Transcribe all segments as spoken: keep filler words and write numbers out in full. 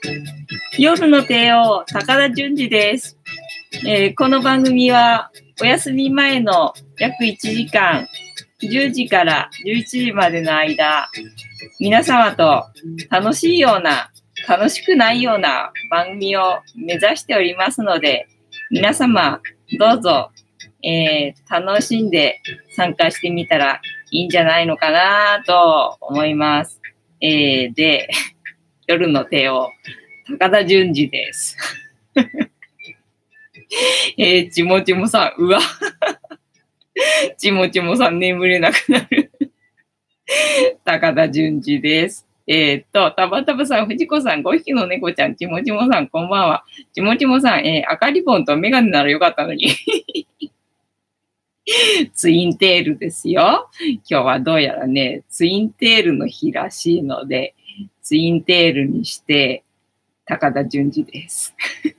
夜の帝王、高田純次です、えー。この番組はお休み前の約いちじかん、じゅうじからじゅういちじまでの間、皆様と楽しいような、楽しくないような番組を目指しておりますので、皆様どうぞ、えー、楽しんで参加してみたらいいんじゃないのかなと思います。えー、で、夜の帝王、高田純次です。えー、ちもちもさん、うわ。ちもちもさん眠れなくなる。高田純次です。えー、っと、たばたばさん、藤子さん、ごひきの猫ちゃん、ちもちもさん、こんばんは。ちもちもさん、えー、赤リボンとメガネならよかったのに。ツインテールですよ。今日はどうやらね、ツインテールの日らしいので、ツインテールにして、高田純次です。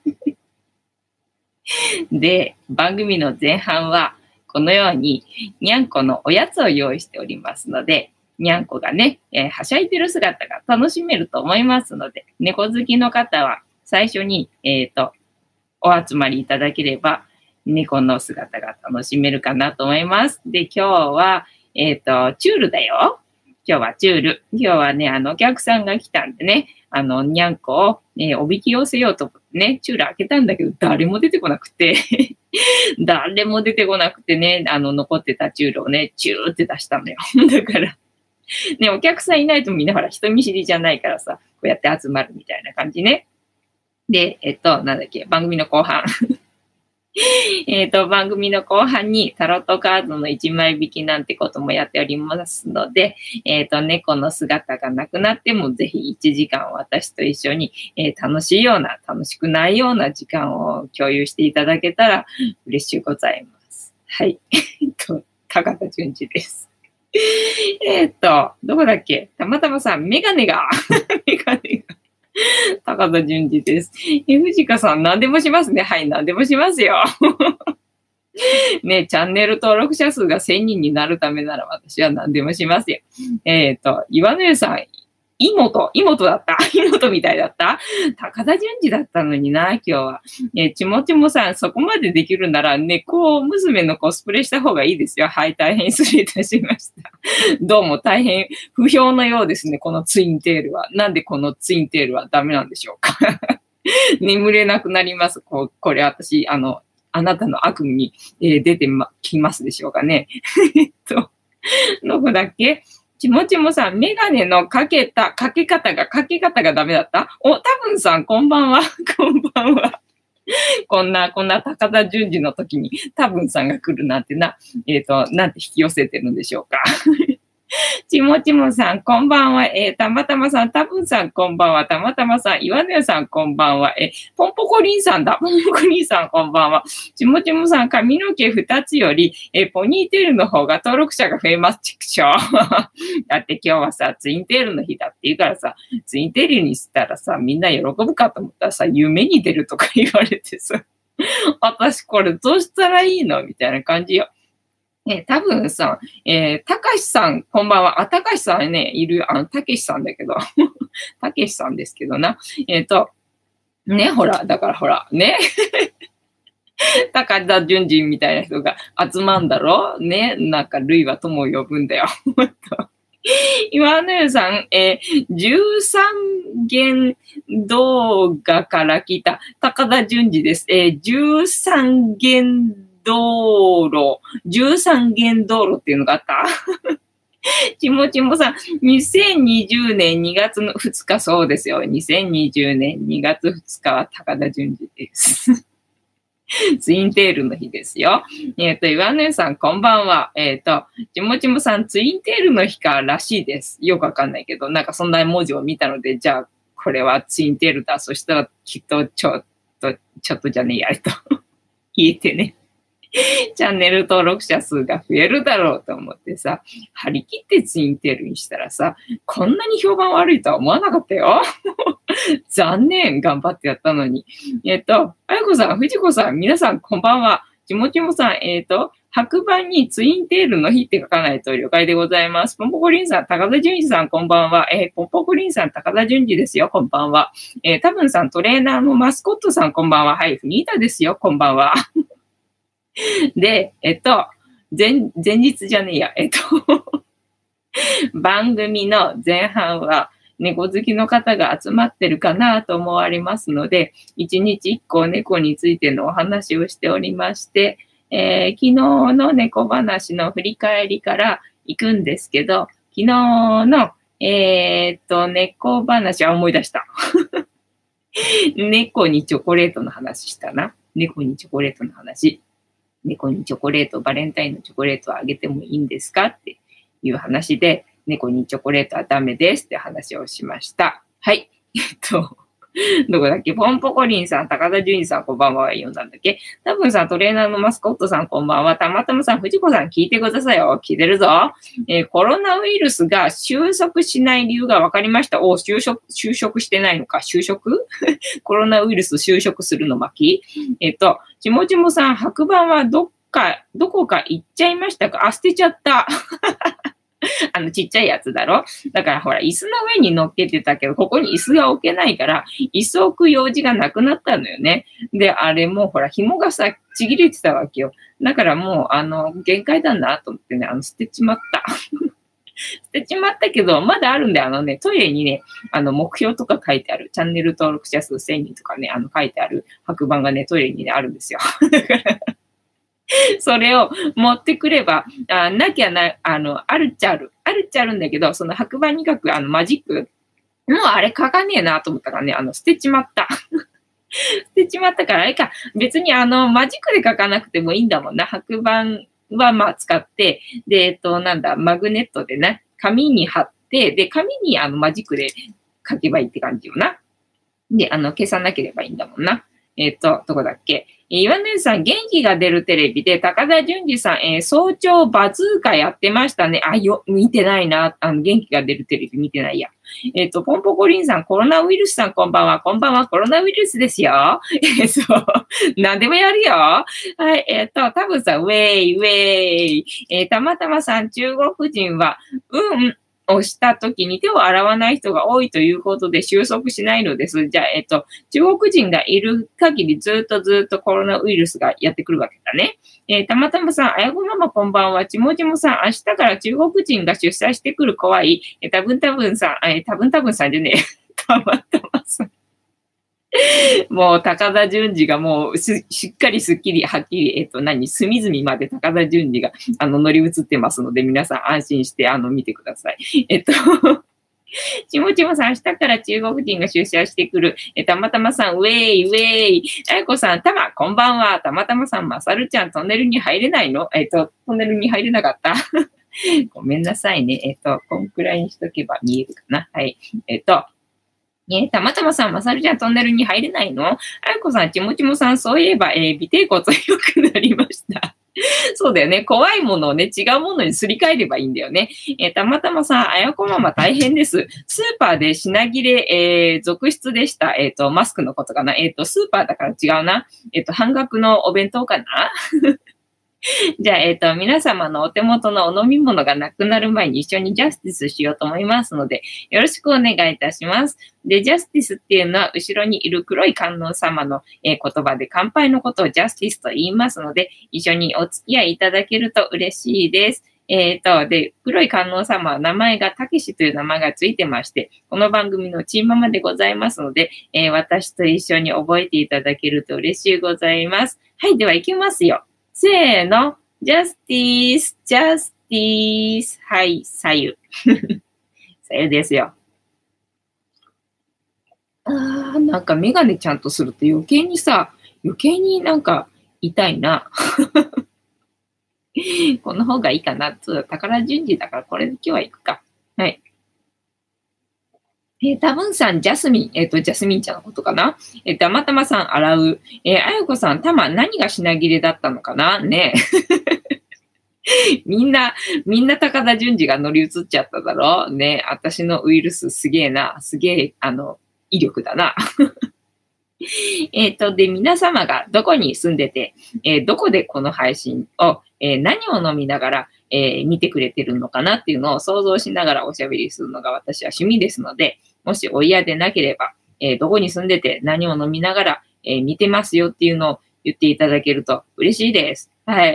で、番組の前半は、このように、にゃんこのおやつを用意しておりますので、にゃんこがね、えー、はしゃいでる姿が楽しめると思いますので、猫好きの方は最初に、えっと、お集まりいただければ、猫の姿が楽しめるかなと思います。で、今日は、えっと、チュールだよ。今日はチュール。今日はね、あの、お客さんが来たんでね、あの、にゃんこを、ね、おびき寄せようと思ってね、チュール開けたんだけど、誰も出てこなくて、誰も出てこなくてね、あの、残ってたチュールをね、チューって出したのよ。だから、ね、お客さんいないとみんなほら、人見知りじゃないからさ、こうやって集まるみたいな感じね。で、えっと、なんだっけ、番組の後半。えっと、番組の後半にタロットカードのいちまい引きなんてこともやっておりますので、えっと、猫の姿がなくなってもぜひいちじかん私と一緒に、えー、楽しいような、楽しくないような時間を共有していただけたら嬉しゅうございます。はい。えっと、高田純次です。えっと、どこだっけ？たまたまさん、メガネが、メガネが。高田純次です。え、藤香さん、何でもしますね。はい、何でもしますよ。ね、チャンネル登録者数がせんにんになるためなら私は何でもしますよ。えっと、岩根さん、妹、妹だった妹みたいだった高田純次だったのにな、今日は。えちもちもさん、そこまでできるなら、猫娘のコスプレした方がいいですよ。はい、大変失礼いたしました。どうも大変不評のようですね、このツインテールは。なんでこのツインテールはダメなんでしょうか。眠れなくなります。ここれ私、あの、あなたの悪夢に、えー、出てきますでしょうかね。えっと、どこだっけちもちもさん、メガネのかけた、かけ方が、かけ方がダメだったお、たぶんさん、こんばんは。こんばんは。こんな、こんな高田純次の時に、たぶんさんが来るなんてな、えっと、なんて引き寄せてるんでしょうか。ちもちもさん、こんばんは。えー、たまたまさん、たぶんさん、こんばんは。たまたまさん、岩根さん、こんばんは。えー、ポンポコリンさんだ。ポンポコリンさん、こんばんは。ちもちもさん、髪の毛二つより、えー、ポニーテールの方が登録者が増えます。ちくしょう。だって今日はさ、ツインテールの日だって言うからさ、ツインテールにしたらさ、みんな喜ぶかと思ったらさ、夢に出るとか言われてさ、私これどうしたらいいのみたいな感じよ。えー、多分さ、えー、たかしさん、こんばんは。あ、たかしさんね、いる、あの、たけしさんだけど、たけしさんですけどな。えっと、ね、ほら、だからほら、ね。高田純次みたいな人が集まんだろね、なんか、類は友を呼ぶんだよ。岩根さん、えー、じゅうさんげん動画から来た高田純次です。えー、じゅうさんげん道路、じゅうさんげん道路っていうのがあったちもちもさん、にせんにじゅうねんにがつのふつか、そうですよ。にせんにじゅうねんにがつふつかは高田純次です。ツインテールの日ですよ。えっ、ー、と、岩根さん、こんばんは。えっ、ー、と、ちもちもさん、ツインテールの日からしいです。よくわかんないけど、なんかそんな文字を見たので、じゃあ、これはツインテールだ。そしたら、きっと、ちょっと、ちょっとじゃねえや、と言えてね。チャンネル登録者数が増えるだろうと思ってさ、張り切ってツインテールにしたらさ、こんなに評判悪いとは思わなかったよ。残念、頑張ってやったのに。えっと、あやこさん、藤子さん、皆さんこんばんは。ちもちもさん、えっと、 白板にツインテールの日って書かないと了解でございます。ポンポコリンさん、高田純次さん、こんばんは。えー、ポンポコリンさん、高田純次ですよ、こんばんは。えー、多分さん、トレーナーのマスコットさん、こんばんは。はい、フニータですよ、こんばんは。で、えっと、前、前日じゃねえや、えっと、番組の前半は、猫好きの方が集まってるかなと思われますので、一日一個猫についてのお話をしておりまして、えー、昨日の猫話の振り返りから行くんですけど、昨日の、えー、っと、猫話、あ、思い出した。猫にチョコレートの話したな。猫にチョコレートの話。猫にチョコレート、バレンタインのチョコレートをあげてもいいんですかっていう話で、猫にチョコレートはダメですって話をしました。はい。えっと、どこだっけ、ポンポコリンさん、高田純次さん、こんばんは。読んだんだっけ、多分さん、トレーナーのマスコットさん、こんばんは。たまたまさん、藤子さん、聞いてくださいよ。聞いてるぞ。えー、コロナウイルスが収束しない理由が分かりました。お、就職、就職してないのか。就職コロナウイルス就職するの巻き。えっと、ちもちもさん、白板はどっか、どこか行っちゃいましたか。あ、捨てちゃった。あのちっちゃいやつだろ。だからほら、椅子の上に乗っけてたけど、ここに椅子が置けないから、椅子置く用事がなくなったのよね。で、あれもほら、紐がさ、ちぎれてたわけよ。だからもう、あの、限界だなと思ってね、あの、捨てちまった。捨てちまったけど、まだあるんだよ。あのね、トイレにね、あの、目標とか書いてある。チャンネル登録者数せんにんとかね、あの、書いてある白板がね、トイレにね、あるんですよ。だからそれを持ってくれば、あなきゃな、あの、あるっちゃある。あるっちゃあるんだけど、その白板に書くあのマジック、もうあれ書かねえなと思ったからね、あの、捨てちまった。捨てちまったから、あれか、別にあの、マジックで書かなくてもいいんだもんな。白板はまあ使って、で、えっと、なんだ、マグネットでね、紙に貼って、で、紙にあのマジックで書けばいいって感じよな。で、あの、消さなければいいんだもんな。えっと、どこだっけ。岩根さん、元気が出るテレビで、高田純次さん、えー、早朝バズーカやってましたね。あ、よ、見てないな。あの、元気が出るテレビ見てないや。えっと、ポンポコリンさん、コロナウイルスさん、こんばんは。こんばんは。コロナウイルスですよ。えー、そう。何でもやるよ。はい。えっと、多分さん、ウェイ、ウェイ。えー、たまたまさん、中国人は、うん、をしたときに手を洗わない人が多いということで収束しないのです。じゃあ、えっと、中国人がいる限りずっとずっとコロナウイルスがやってくるわけだね。えー、たまたまさん、あやこママこんばんは。ちもちもさん、明日から中国人が出社してくる怖い。えー、たぶんたぶんさん、えー、たぶんたぶんさんじゃねえ。たまたまさん。もう、高田純次がもうしっかりすっきりはっきり、えっと、何、隅々まで高田純次が、あの、乗り移ってますので、皆さん安心して、あの、見てください。えっと、ちもちもさん、明日から中国人が出社してくる。え、たまたまさん、ウェイ、ウェイ。あやこさん、たま、こんばんは。たまたまさん、まさるちゃん、トンネルに入れないの？えっと、トンネルに入れなかった。ごめんなさいね。えっと、こんくらいにしとけば見えるかな。はい。えっと、ね、たまたまさん、まさるちゃんトンネルに入れないの？あやこさん、ちもちもさん、そういえば、えー、尾てい骨良くなりました。そうだよね。怖いものをね、違うものにすり替えればいいんだよね。えー、たまたまさん、あやこママ大変です。スーパーで品切れ、えー、続出でした。えっと、マスクのことかな。えっと、スーパーだから違うな。えっと、半額のお弁当かな。じゃあ、えっと、皆様のお手元のお飲み物がなくなる前に一緒にジャスティスしようと思いますので、よろしくお願いいたします。で、ジャスティスっていうのは、後ろにいる黒い観音様の、えー、言葉で乾杯のことをジャスティスと言いますので、一緒にお付き合いいただけると嬉しいです。えっと、で、黒い観音様は名前がたけしという名前がついてまして、この番組のチーママでございますので、えー、私と一緒に覚えていただけると嬉しいございます。はい、では行きますよ。せーの。ジャスティス、ジャスティス。はい、左右。左右ですよ。あー、なんかメガネちゃんとすると余計にさ、余計になんか痛いな。この方がいいかな。つう宝順次だからこれで今日は行くか。はい。えー、多分さん、ジャスミン、えっ、ー、と、ジャスミン茶のことかな。えー、たまたまさん、洗う。えー、あやこさん、たま、何が品切れだったのかなね。みんな、みんな高田純次が乗り移っちゃっただろうね。私のウイルスすげえな。すげえ、あの、威力だな。えっと、で、皆様がどこに住んでて、えー、どこでこの配信を、 えー、何を飲みながら、えー、見てくれてるのかなっていうのを想像しながらおしゃべりするのが私は趣味ですので、もしお嫌でなければ、えー、どこに住んでて何を飲みながら、えー、見てますよっていうのを言っていただけると嬉しいです。はい。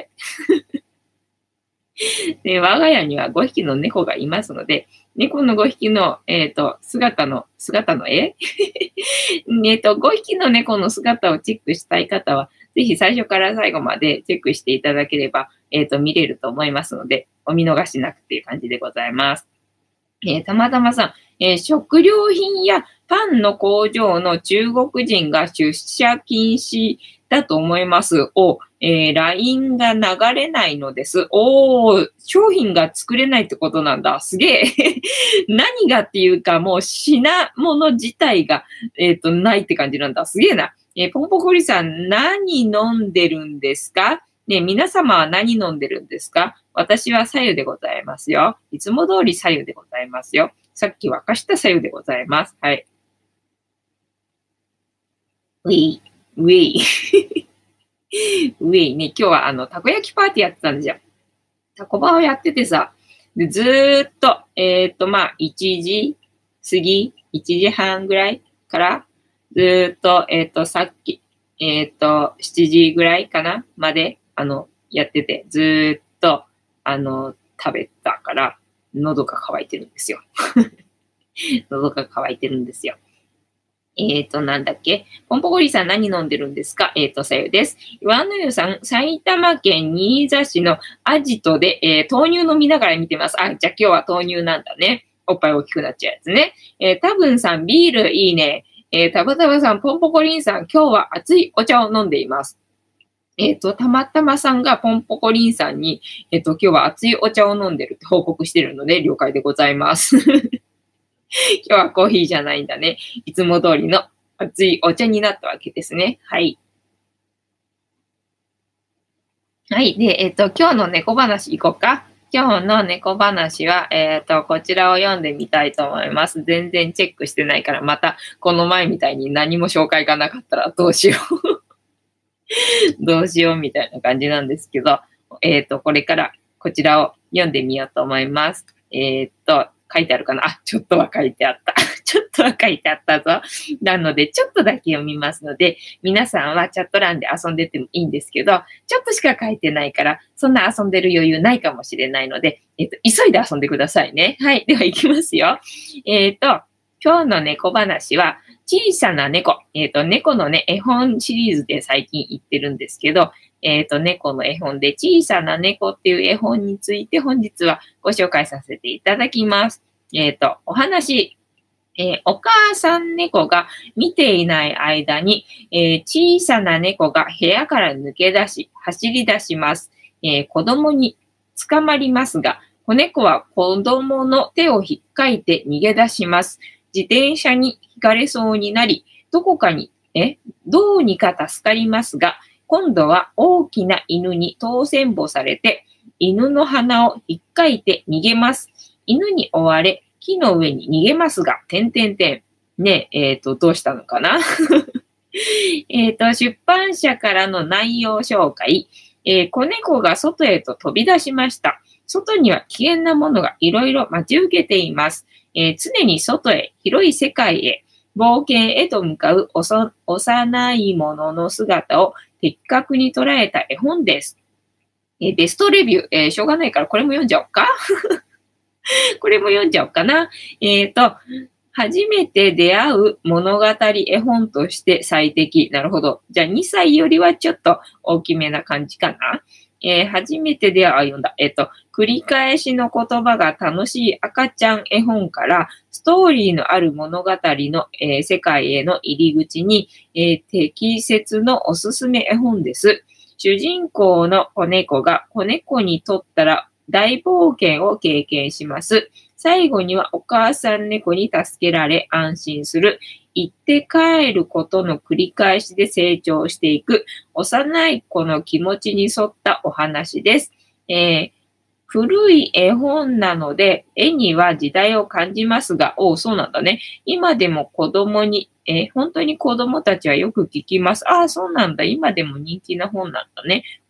で、我が家にはごひきの猫がいますので、猫のごひきの、えっ、ー、と、姿の、姿の絵えっと、ごひきの猫の姿をチェックしたい方は、ぜひ最初から最後までチェックしていただければ、えっ、ー、と、見れると思いますので、お見逃しなくっていう感じでございます。えー、たまたまさん、えー、食料品やパンの工場の中国人が出社禁止だと思いますを、えー、ライン が流れないのです。おー、商品が作れないってことなんだ。すげえ。何がっていうか、もう品物自体が、えっと、ないって感じなんだ。すげえな。えー、ポンポコリさん、何飲んでるんですかね、皆様は何飲んでるんですか？私は白湯でございますよ。いつも通り白湯でございますよ。さっき沸かした白湯でございます。はい。ウェイ、ウェイ。ウェイね、今日はあの、たこ焼きパーティーやってたんですよ。たこ場をやっててさ、でずーっと、えっと、まあ、いちじ過ぎ、いちじはんぐらいから、ずーっと、えっと、さっき、えっと、しちじぐらいかなまで、あの、やってて、ずーっと、あの、食べたから、喉が渇いてるんですよ。喉が渇いてるんですよ。えっ、ー、と、なんだっけポンポコリさん何飲んでるんですか？えっ、ー、と、さゆです。岩野湯さん、埼玉県新座市のアジトで、えー、豆乳飲みながら見てます。あ、じゃあ今日は豆乳なんだね。おっぱい大きくなっちゃうやつね。えー、たぶんさん、ビールいいね。えー、たばたばさん、ポンポコリンさん、今日は熱いお茶を飲んでいます。えっ、ー、と、たまたまさんがポンポコリンさんに、えっ、ー、と、今日は熱いお茶を飲んでるって報告してるので、了解でございます。今日はコーヒーじゃないんだね。いつも通りの熱いお茶になったわけですね。はい。はい。で、えっ、ー、と、今日の猫話いこうか。今日の猫話は、えっ、ー、と、こちらを読んでみたいと思います。全然チェックしてないから、また、この前みたいに何も紹介がなかったらどうしよう。どうしようみたいな感じなんですけど、えっ、ー、と、これからこちらを読んでみようと思います。えっ、と、書いてあるかなあ、ちょっとは書いてあった。ちょっとは書いてあったぞ。なので、ちょっとだけ読みますので、皆さんはチャット欄で遊んでてもいいんですけど、ちょっとしか書いてないから、そんな遊んでる余裕ないかもしれないので、えっ、と、急いで遊んでくださいね。はい。では、行きますよ。えっ、と、今日の猫話は、小さな猫。えっ、と、猫のね、絵本シリーズで最近言ってるんですけど、えっ、と、猫の絵本で小さな猫っていう絵本について本日はご紹介させていただきます。えっ、と、お話、えー、お母さん猫が見ていない間に、えー、小さな猫が部屋から抜け出し、走り出します。えー、子供に捕まりますが、子猫は子供の手を引っかいて逃げ出します。自転車にひかれそうになり、どこかに、え、どうにか助かりますが、今度は大きな犬に当選簿されて、犬の鼻を引っかいて逃げます。犬に追われ、木の上に逃げますが、てんてんてん。ねえ、えっ、ー、と、どうしたのかなえっと、出版社からの内容紹介。えー、子猫が外へと飛び出しました。外には危険なものがいろいろ待ち受けています。えー、常に外へ、広い世界へ、冒険へと向かう幼いものの姿を的確に捉えた絵本です。えー、ベストレビュー、えー、しょうがないからこれも読んじゃおうかこれも読んじゃおうかな。えっ、ー、と、初めて出会う物語絵本として最適。なるほど。じゃあにさいよりはちょっと大きめな感じかな。えー、初めて出会う、あ、読んだ。えっ、ー、と、繰り返しの言葉が楽しい赤ちゃん絵本から、ストーリーのある物語の、えー、世界への入り口に、えー、適切のおすすめ絵本です。主人公の子猫が子猫にとったら大冒険を経験します。最後にはお母さん猫に助けられ安心する。行って帰ることの繰り返しで成長していく幼い子の気持ちに沿ったお話です。えー、古い絵本なので絵には時代を感じますが、おう、そうなんだね。今でも子供に、えー、本当に子供たちはよく聞きます。ああ、そうなんだ。今でも人気な本なんだね。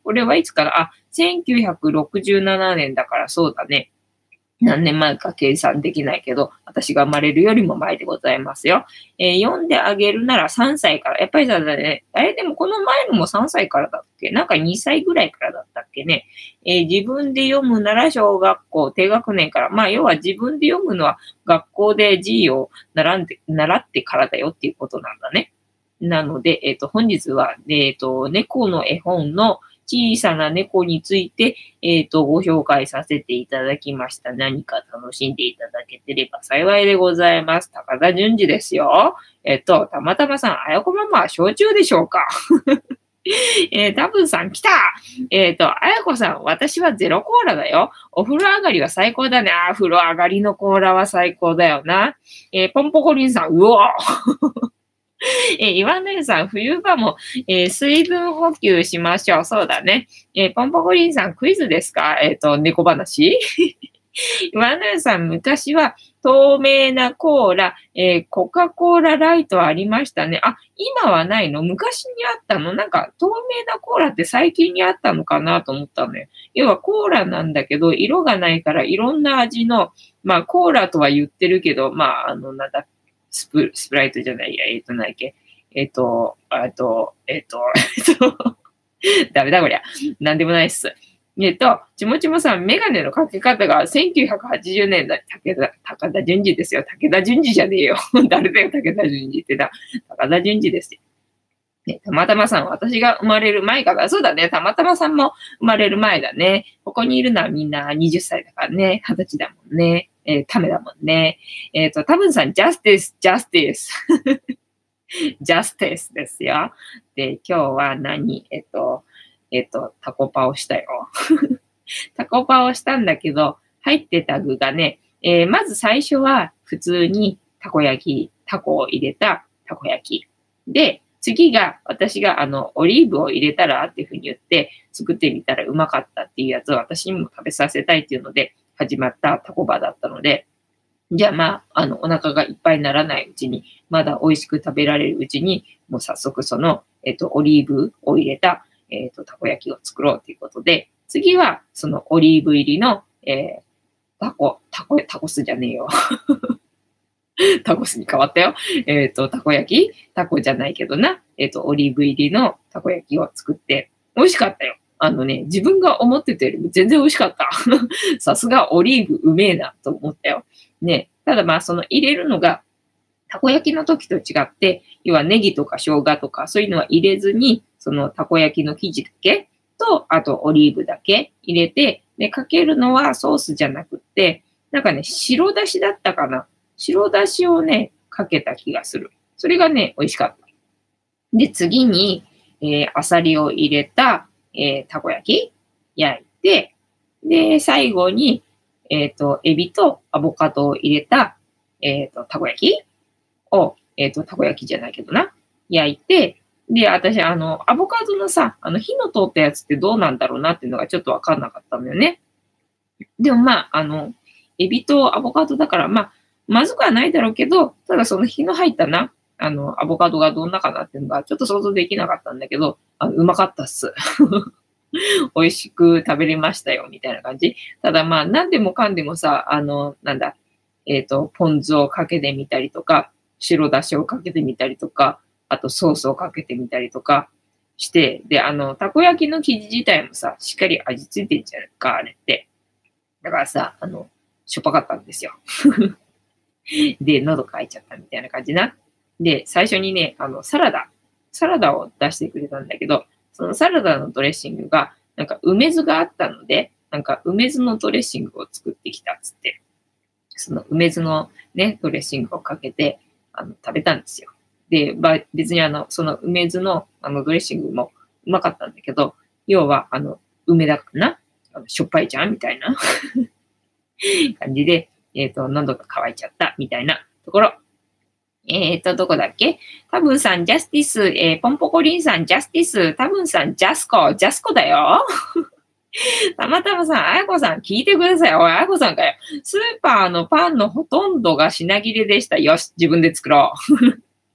これはいつから、あ、せんきゅうひゃくろくじゅうななねんだからそうだね。何年前か計算できないけど、私が生まれるよりも前でございますよ。えー読んであげるならさんさいから。やっぱりさ、ね、あれでもこの前のもさんさいからだっけ、なんかにさいぐらいからだったっけね。えー自分で読むなら小学校、低学年から。まあ、要は自分で読むのは学校で字を習んで習ってからだよっていうことなんだね。なので、えっと、本日は、えっと、猫の絵本の小さな猫について、えっと、ご紹介させていただきました。何か楽しんでいただけてれば幸いでございます。高田純次ですよ。えっと、たまたまさん、あやこママは焼酎でしょうか？えー、タブンさん来た。えっと、あやこさん、私はゼロコーラだよ。お風呂上がりは最高だね。あー、風呂上がりのコーラは最高だよな。えー、ポンポコリンさん、うおーえー、岩根さん、冬場も、えー水分補給しましょう。そうだね。えーポンポコリンさん、クイズですか？えっと、猫話岩根さん、昔は透明なコーラ、えーコカ・コーラライトありましたね。あ、今はないの？昔にあったの？なんか、透明なコーラって最近にあったのかなと思ったのよ。要はコーラなんだけど、色がないからいろんな味の、まあ、コーラとは言ってるけど、まあ、あの、なんだ、スプ、スプライトじゃないや、えっと、何やっけ。えっと、あと、えっと、えっと、ダメだこりゃ。なんでもないっす。えっと、ちもちもさん、メガネのかけ方がせんきゅうひゃくはちじゅうねんだい、武田、高田純次ですよ。武田純次じゃねえよ。誰だよ、武田純次ってだ。高田純次ですよ。ね、たまたまさん、私が生まれる前から、そうだね、たまたまさんも生まれる前だね。ここにいるのはみんなはたちだからね、はたちだもんね。えー、ためだもんね。えっ、と、多分さん、ジャスティス、ジャスティス。ジャスティスですよ。で、今日は何えっ、と、えっ、と、タコパをしたよ。タコパをしたんだけど、入ってた具がね、えーまず最初は普通にたこ焼き、タコを入れたたこ焼き。で、次が私があの、オリーブを入れたらっていうふうに言って作ってみたらうまかったっていうやつを私にも食べさせたいっていうので始まったタコバだったので、じゃあまあ、あの、お腹がいっぱいにならないうちに、まだ美味しく食べられるうちに、もう早速その、えっと、オリーブを入れた、えっと、たこ焼きを作ろうということで、次はそのオリーブ入りの、えー、タコ、タコ、タコスじゃねえよ。タコスに変わったよ。えっと、たこ焼きタコじゃないけどな。えっと、オリーブ入りのたこ焼きを作って、美味しかったよ。あのね、自分が思ってたよりも全然美味しかった。さすがオリーブうめえなと思ったよ。ね。ただまあ、その入れるのが、たこ焼きの時と違って、要はネギとか生姜とかそういうのは入れずに、そのたこ焼きの生地だけと、あとオリーブだけ入れて、で、かけるのはソースじゃなくって、なんかね、白だしだったかな。白だしをね、かけた気がする。それがね、美味しかった。で、次に、えー、アサリを入れた、えー、たこ焼き焼いて、で、最後に、えっ、と、エビとアボカドを入れた、えっ、と、たこ焼きを、えっ、と、たこ焼きじゃないけどな、焼いて、で、私、あの、アボカドのさ、あの、火の通ったやつってどうなんだろうなっていうのがちょっとわかんなかったんだよね。でもまあ、あの、エビとアボカドだから、まあ、まずくはないだろうけど、ただその火の入ったな、あの、アボカドがどんなかなっていうのがちょっと想像できなかったんだけど、あのうまかったっす。美味しく食べれましたよ、みたいな感じ。ただまあ、何でもかんでもさ、あの、なんだ、えっ、と、ポン酢をかけてみたりとか、白だしをかけてみたりとか、あとソースをかけてみたりとかして、で、あの、たこ焼きの生地自体もさ、しっかり味付いてんじゃないか、あれって。だからさ、あの、しょっぱかったんですよ。で、喉乾いちゃったみたいな感じな。で、最初にね、あの、サラダ、サラダを出してくれたんだけど、そのサラダのドレッシングが、なんか梅酢があったので、なんか梅酢のドレッシングを作ってきたっつって、その梅酢のね、ドレッシングをかけて、あの、食べたんですよ。で、ま別にあの、その梅酢のあのドレッシングもうまかったんだけど、要は、あの、梅だからな、あのしょっぱいじゃんみたいな感じで、えっ、と、喉が渇いちゃったみたいなところ。えっ、と、どこだっけタブンさん、ジャスティス、えー、ポンポコリンさん、ジャスティス、タブンさん、ジャスコ、ジャスコだよ。たまたまさん、あやこさん、聞いてください。おい、あやこさんかよ。スーパーのパンのほとんどが品切れでした。よし、自分で作ろう。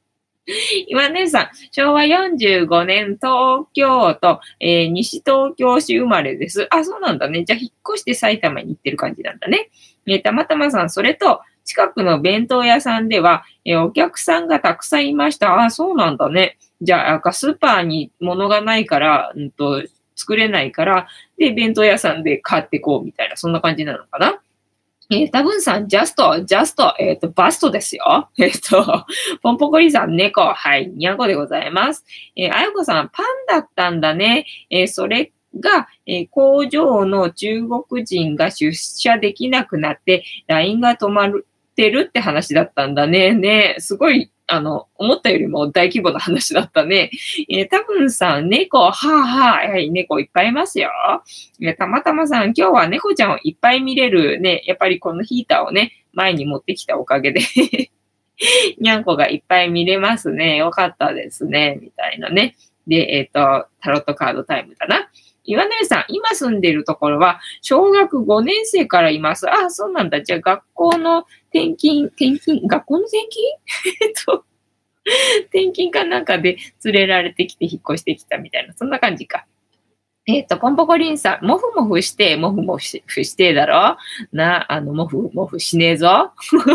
岩根さん、しょうわよんじゅうごねん東京都、えー西東京市生まれです。あ、そうなんだね。じゃあ、引っ越して埼玉に行ってる感じなんだね。えーたまたまさん、それと、近くの弁当屋さんでは、えーお客さんがたくさんいました。あ、そうなんだね。じゃあ、なんかスーパーに物がないから、うんと、作れないから、で、弁当屋さんで買ってこうみたいな、そんな感じなのかな。えー、多分さん、ジャスト、ジャスト、えっ、と、バストですよ。えっ、と、ポンポコリさん、猫、はい、にゃんこでございます。えー、あやこさん、パンだったんだね。えーそれが、えー工場の中国人が出社できなくなって、ライン が止まってるって話だったんだね。ね、すごい、あの、思ったよりも大規模な話だったね。えー、多分さん、猫、はあはあ、はい、猫いっぱいいますよ。ね、たまたまさん、今日は猫ちゃんをいっぱい見れるね、やっぱりこのヒーターをね、前に持ってきたおかげでにゃんこがいっぱい見れますね。よかったですね。みたいなね。で、えっ、と、タロットカードタイムだな。岩根さん、今住んでいるところは、小学ごねん生からいます。あ、そうなんだ。じゃあ、学校の転勤、転勤、学校の転勤えっと、転勤かなんかで連れられてきて引っ越してきたみたいな、そんな感じか。えっ、と、ポンポコリンさん、もふもふして、もふもふしてだろな、あの、もふもふしねえぞ。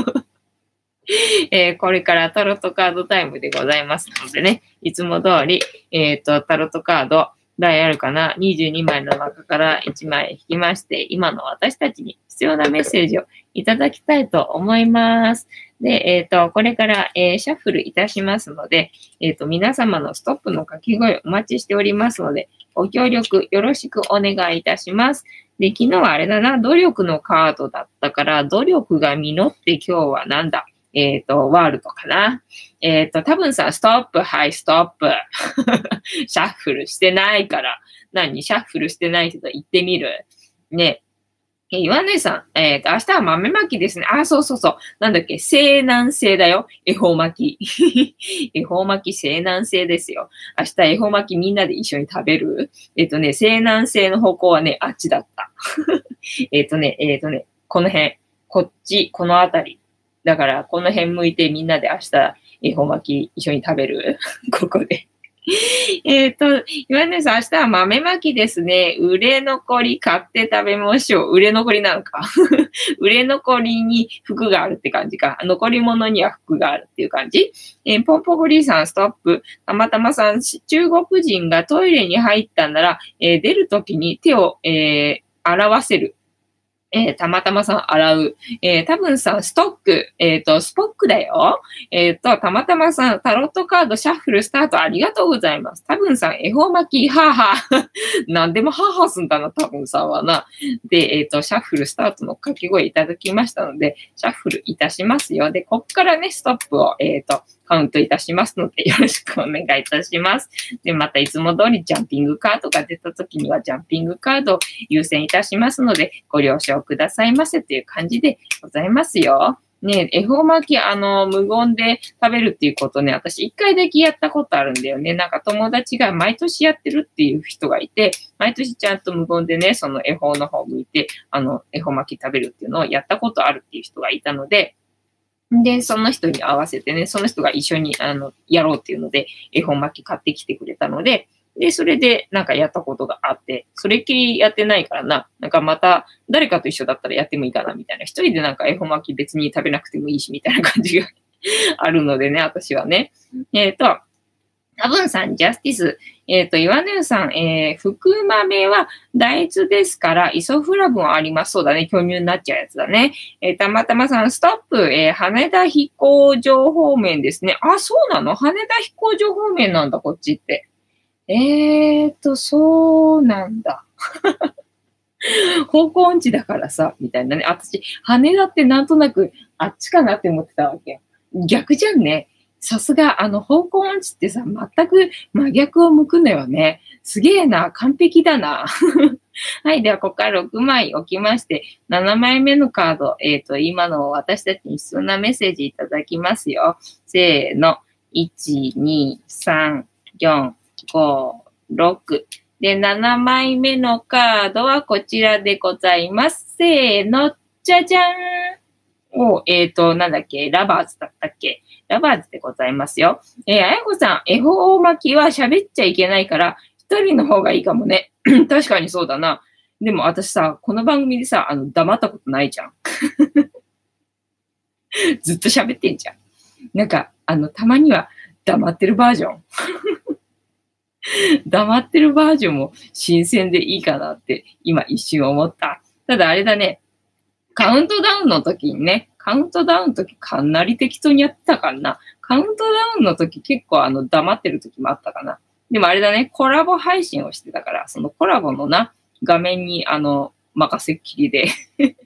えーこれからタロットカードタイムでございますのでね、いつも通り、えっ、と、タロットカード、台あるかな ?にじゅうに 枚の中からいちまい引きまして、今の私たちに必要なメッセージをいただきたいと思います。で、えっ、と、これから、えーシャッフルいたしますので、えっ、と、皆様のストップの掛け声お待ちしておりますので、ご協力よろしくお願いいたします。で、昨日はあれだな、努力のカードだったから、努力が実って今日はなんだえっ、と、ワールドかな。えっ、と、多分さ、ストップ、はい、ストップ。シャッフルしてないから。何シャッフルしてないけど言ってみる。ね。え、岩根さん、えっ、と、明日は豆まきですね。あ、そうそうそう。なんだっけ、西南西だよ。恵方巻き。恵方巻き西南西ですよ。明日恵方巻きみんなで一緒に食べる。えっ、とね、西南西の方向はね、あっちだった。えっとね、えっ、とね、この辺、こっち、この辺り。だから、この辺向いてみんなで明日、恵方巻き一緒に食べるここで。えっと、岩根さん、明日は豆まきですね。売れ残り買って食べましょう。売れ残りなのか。売れ残りに服があるって感じか。残り物には服があるっていう感じ。えーポンポコリーさん、ストップ。たまたまさん、中国人がトイレに入ったなら、えー出るときに手を、えー洗わせる。えーたまたまさん洗う。えー多分さん、ストック。えっ、と、スポックだよ。えっ、と、たまたまさん、タロットカードシャッフルスタートありがとうございます。多分さん、恵方巻き、はぁはぁ。なんでもはぁはぁすんだな、多分さんはな。で、えっ、と、シャッフルスタートの掛け声いただきましたので、シャッフルいたしますよ。で、こっからね、ストップを、えっ、と、カウントいたしますので、よろしくお願いいたします。で、またいつも通りジャンピングカードが出た時には、ジャンピングカードを優先いたしますので、ご了承くださいませという感じでございますよ。ねえ、恵方巻き、あの、無言で食べるっていうことね、私一回だけやったことあるんだよね。なんか友達が毎年やってるっていう人がいて、毎年ちゃんと無言でね、その恵方の方を向いて、あの、恵方巻き食べるっていうのをやったことあるっていう人がいたので、で、その人に合わせてね、その人が一緒に、あの、やろうっていうので、恵方巻き買ってきてくれたので、で、それでなんかやったことがあって、それっきりやってないからな、なんかまた誰かと一緒だったらやってもいいかなみたいな、一人でなんか恵方巻き別に食べなくてもいいしみたいな感じがあるのでね、私はね。えっ、と、多分さん、ジャスティス。えっ、と、岩根さん、えー、福豆は大豆ですから、イソフラボンあります。そうだね。巨乳になっちゃうやつだね。えー、たまたまさん、ストップ。えー、羽田飛行場方面ですね。あ、そうなの羽田飛行場方面なんだ、こっちって。えーと、そうなんだ。方向音痴だからさ、みたいなね。私、羽田ってなんとなくあっちかなって思ってたわけ。逆じゃんね。さすが、あの、方向音痴ってさ、全く真逆を向くのよね。すげえな、完璧だな。はい、では、ここからろくまい置きまして、ななまいめのカード、えっ、と、今の私たちに必要なメッセージいただきますよ。せーの。いち、に、さん、よん、ご、ろく。で、ななまいめのカードはこちらでございます。せーの、じゃじゃーん。 を、えっ、と、なんだっけ、ラバーズだったっけ、ラバーズでございますよ。えー、あやこさん、恵方巻きは喋っちゃいけないから、一人の方がいいかもね。確かにそうだな。でも私さ、この番組でさ、あの、黙ったことないじゃん。ずっと喋ってんじゃん。なんか、あの、たまには黙ってるバージョン。黙ってるバージョンも新鮮でいいかなって今一瞬思った。ただあれだね、カウントダウンの時にね、カウントダウンの時かなり適当にやってたかな。カウントダウンの時結構あの黙ってる時もあったかな。でもあれだね、コラボ配信をしてたから、そのコラボのな、画面にあの、任せっきりで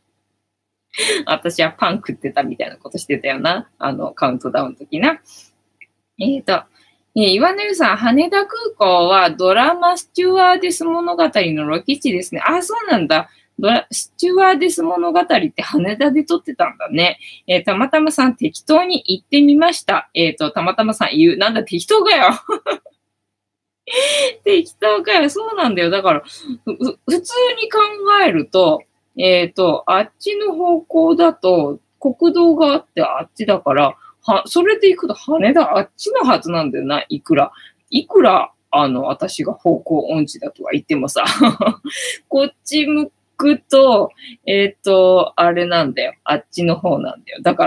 私はパン食ってたみたいなことしてたよな。あの、カウントダウンの時な。えっ、ー、と、えー、岩根さん、羽田空港はドラマスチュワーデス物語のロケ地ですね。あ、そうなんだ。ドラスチュワーデス物語って羽田で撮ってたんだね。えー、たまたまさん適当に行ってみました。えっ、ー、と、たまたまさん言う。なんだ、適当かよ。適当かよ。そうなんだよ。だから、普通に考えると、えっ、ー、と、あっちの方向だと、国道があってあっちだから、は、それで行くと羽田あっちのはずなんだよな。いくら、いくら、あの、私が方向音痴だとは言ってもさ、こっち向くと、えっ、ー、と、あれなんだよ。あっちの方なんだよ。だから、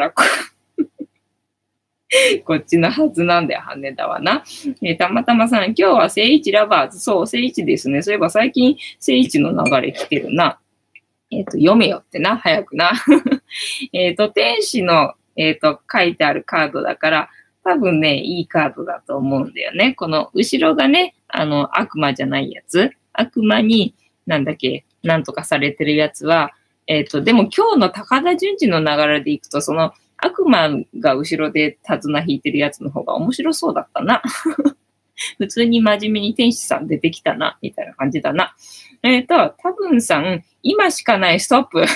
こっちのはずなんだよ、羽田はな。えー、たまたまさん、今日は聖一ラバーズ。そう、聖一ですね。そういえば最近、聖一の流れ来てるな。えっ、ー、と、読めよってな、早くな。えっと、天使の、えっ、ー、と、書いてあるカードだから、多分ね、いいカードだと思うんだよね。この後ろがね、あの、悪魔じゃないやつ。悪魔に、なんだっけ、なんとかされてるやつは、えっ、ー、と、でも今日の高田純次の流れでいくと、その、悪魔が後ろで手綱引いてるやつの方が面白そうだったな。普通に真面目に天使さん出てきたな、みたいな感じだな。えっ、ー、と、多分さん、今しかないストップ。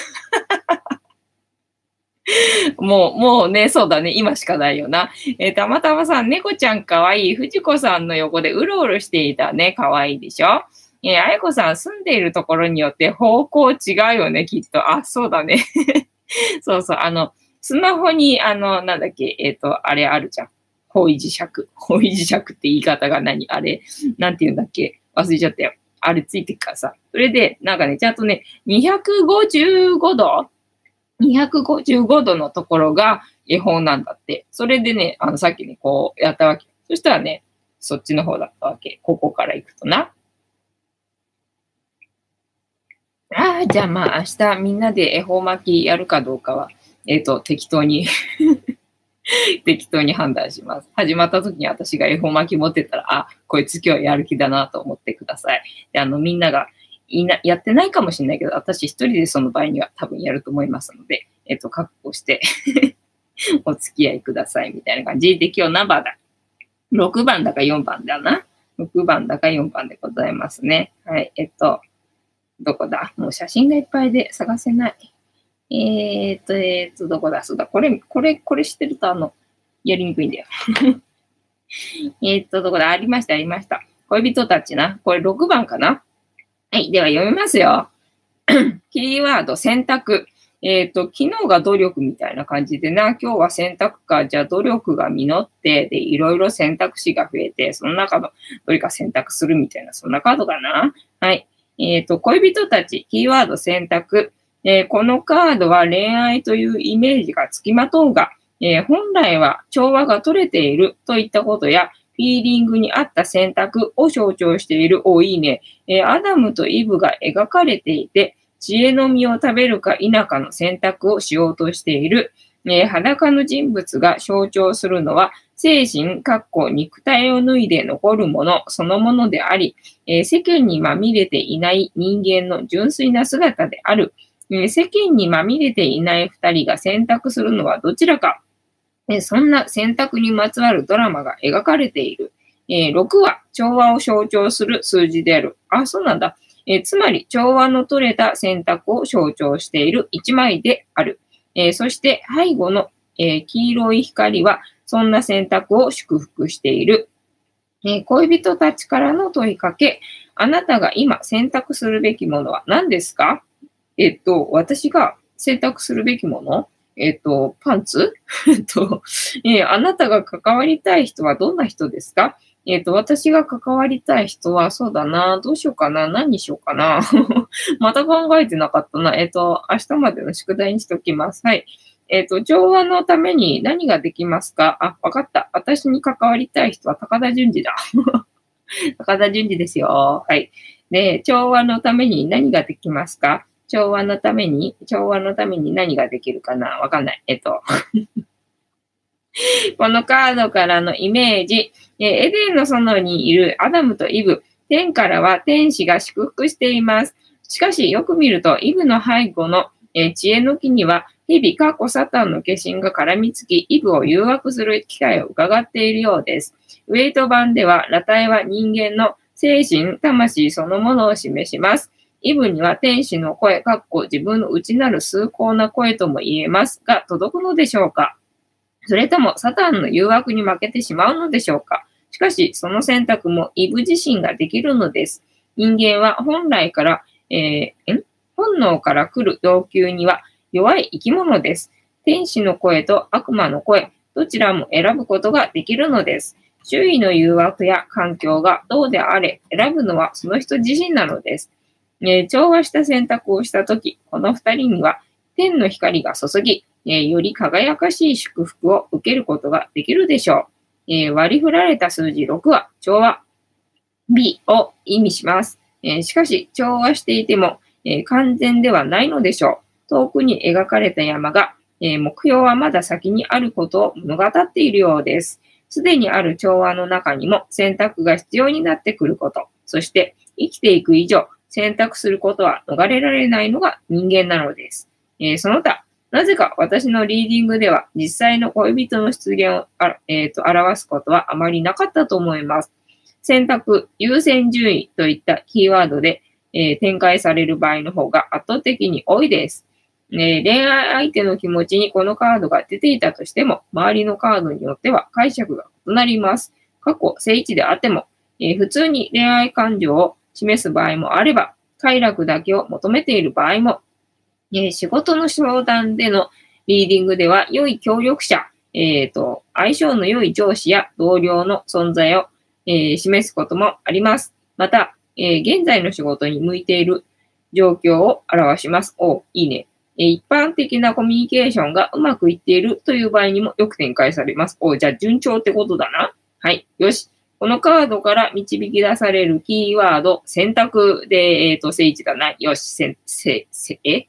もう、もうね、そうだね、今しかないよな。えー、たまたまさん、猫ちゃんかわいい。藤子さんの横でうろうろしていたね、かわいいでしょ。えー、あやこさん、住んでいるところによって方向違うよね、きっと。あ、そうだね。そうそう、あの、スマホに、あの、なんだっけ、えっ、ー、と、あれあるじゃん。方位磁石。方位磁石って言い方が何あれ、なんて言うんだっけ、忘れちゃったよ。あれついてるからさ。それで、なんかね、ちゃんとね、にひゃくごじゅうごどにひゃくごじゅうごどのところが絵本なんだって。それでね、あの、さっきね、こうやったわけ。そしたらね、そっちの方だったわけ。ここから行くとな。ああ、じゃあまあ明日みんなで恵方巻きやるかどうかは、えっと、適当に適当に判断します。始まった時に私が恵方巻き持ってたら、あ、こいつ今日やる気だなと思ってください。で、あの、みんながいな、やってないかもしれないけど、私一人でその場合には多分やると思いますので、えっと、覚悟してお付き合いくださいみたいな感じで、今日何番だ ?ろく 番だかよんばんだな。ろくばんだかよんばんでございますね。はい、えっと、どこだもう写真がいっぱいで探せない。えー、っと、えー、っと、どこだそうだ。これ、これ、これしてると、あの、やりにくいんだよ。えっと、どこだありました、ありました。恋人たちな。これろくばんかな。はい、では読みますよ。キーワード、選択。えっと、昨日が努力みたいな感じでな、今日は選択か、じゃあ努力が実って、で、いろいろ選択肢が増えて、その中のどれか選択するみたいな、そんなカードかな。はい。えっと、恋人たち、キーワード、選択。えー、このカードは恋愛というイメージがつきまとうが、えー、本来は調和が取れているといったことや、フィーリングに合った選択を象徴している。お、いいね。えー、アダムとイブが描かれていて、知恵の実を食べるか否かの選択をしようとしている。えー、裸の人物が象徴するのは、精神、かっこ肉体を脱いで残るものそのものであり、えー、世間にまみれていない人間の純粋な姿である。えー、世間にまみれていない二人が選択するのはどちらか。えー、そんな選択にまつわるドラマが描かれている。えー、ろくは調和を象徴する数字である。あ、そうなんだ。えー、つまり調和の取れた選択を象徴している一枚である。えー、そして背後の、えー、黄色い光はそんな選択を祝福している。えー、恋人たちからの問いかけ。あなたが今選択するべきものは何ですか？えっと、私が選択するべきものえっと、パンツえっと、えーあなたが関わりたい人はどんな人ですか？えっと、私が関わりたい人は、そうだな、どうしようかな、何にしようかな。また考えてなかったな。えっと、明日までの宿題にしておきます。はい。えっと、調和のために何ができますか？あ、わかった。私に関わりたい人は高田純次だ。高田純次ですよ。はい。で、調和のために何ができますか？調和のために、調和のために何ができるかな？わかんない。えっと、このカードからのイメージ、えーエデンの園にいるアダムとイブ、天からは天使が祝福しています。しかし、よく見ると、イブの背後の、えー知恵の木には、日々、過去サタンの化身が絡みつき、イブを誘惑する機会を伺っているようです。ウェイト版では、裸体は人間の精神、魂そのものを示します。イブには天使の声、かっこ自分の内なる崇高な声とも言えますが、届くのでしょうか？それともサタンの誘惑に負けてしまうのでしょうか？しかし、その選択もイブ自身ができるのです。人間は本来から、えーん本能から来る要求には弱い生き物です。天使の声と悪魔の声、どちらも選ぶことができるのです。周囲の誘惑や環境がどうであれ、選ぶのはその人自身なのです。えー調和した選択をしたとき、この二人には天の光が注ぎ、えーより輝かしい祝福を受けることができるでしょう。えー割り振られた数字ろくは調和 B を意味します。えーしかし、調和していても、えー完全ではないのでしょう。遠くに描かれた山が、えー目標はまだ先にあることを物語っているようです。すでにある調和の中にも選択が必要になってくること、そして生きていく以上、選択することは逃れられないのが人間なのです。えーその他、なぜか私のリーディングでは実際の恋人の出現をあ、えーと表すことはあまりなかったと思います。選択、優先順位といったキーワードで、えー展開される場合の方が圧倒的に多いです。えー恋愛相手の気持ちにこのカードが出ていたとしても、周りのカードによっては解釈が異なります。過去、正位置であっても、えー普通に恋愛感情を示す場合もあれば、快楽だけを求めている場合も、えー仕事の商談でのリーディングでは、良い協力者、えーと、相性の良い上司や同僚の存在を、えー示すこともあります。また、えー現在の仕事に向いている状況を表します。お、いいね。えー一般的なコミュニケーションがうまくいっているという場合にもよく展開されます。お、じゃあ順調ってことだな。はい。よし。このカードから導き出されるキーワード、選択で、えっ、と、聖地だな。よし、せん、せ、せ、え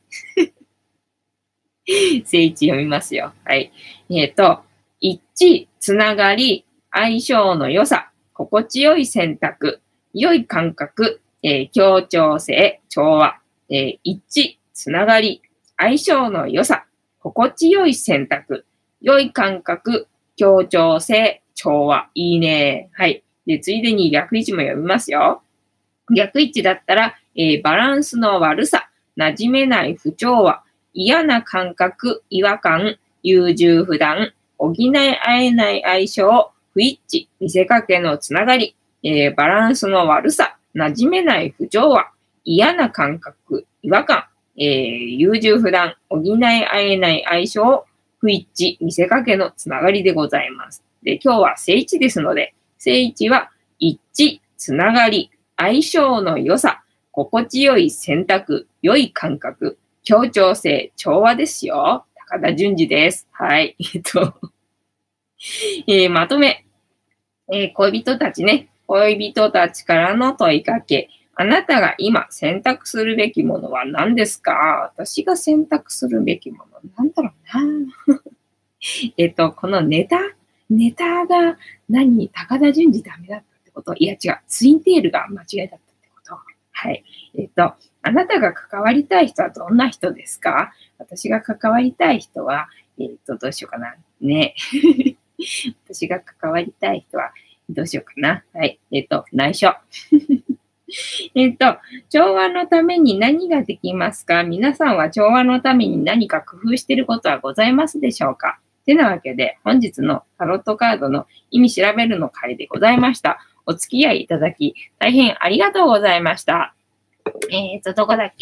聖地読みますよ。はい。えっ、と、一致、つながり、相性の良さ、心地よい選択、良い感覚、えー協調性、調和、えー一致、つながり、相性の良さ、心地よい選択、良い感覚、協調性、調和。いいね。はい。で、ついでに逆位置も読みますよ。逆位置だったら、えーバランスの悪さ、馴染めない不調和、嫌な感覚、違和感、優柔不断、補い合えない相性、不一致、見せかけのつながり、えーバランスの悪さ、馴染めない不調和、嫌な感覚、違和感、えー優柔不断、補い合えない相性、不一致、見せかけのつながりでございます。で、今日は正位置ですので、正位置は一致、つながり、相性の良さ、心地よい選択、良い感覚、協調性、調和ですよ。高田純次です。はい。えっと、えーまとめ、えー恋人たちね、恋人たちからの問いかけ、あなたが今選択するべきものは何ですか？私が選択するべきもの、なんだろうな。えっと、このネタ、ネタが何、高田純次ダメだったってこと？いや違う、ツインテールが間違いだったってこと？はい。えっと、あなたが関わりたい人はどんな人ですか？私が関わりたい人は、えっと、どうしようかな。ね。私が関わりたい人は、どうしようかな。はい。えっと、内緒。えっと、調和のために何ができますか？皆さんは調和のために何か工夫していることはございますでしょうか？てなわけで、本日のタロットカードの意味調べるの回でございました。お付き合いいただき、大変ありがとうございました。えっと、どこだっけ？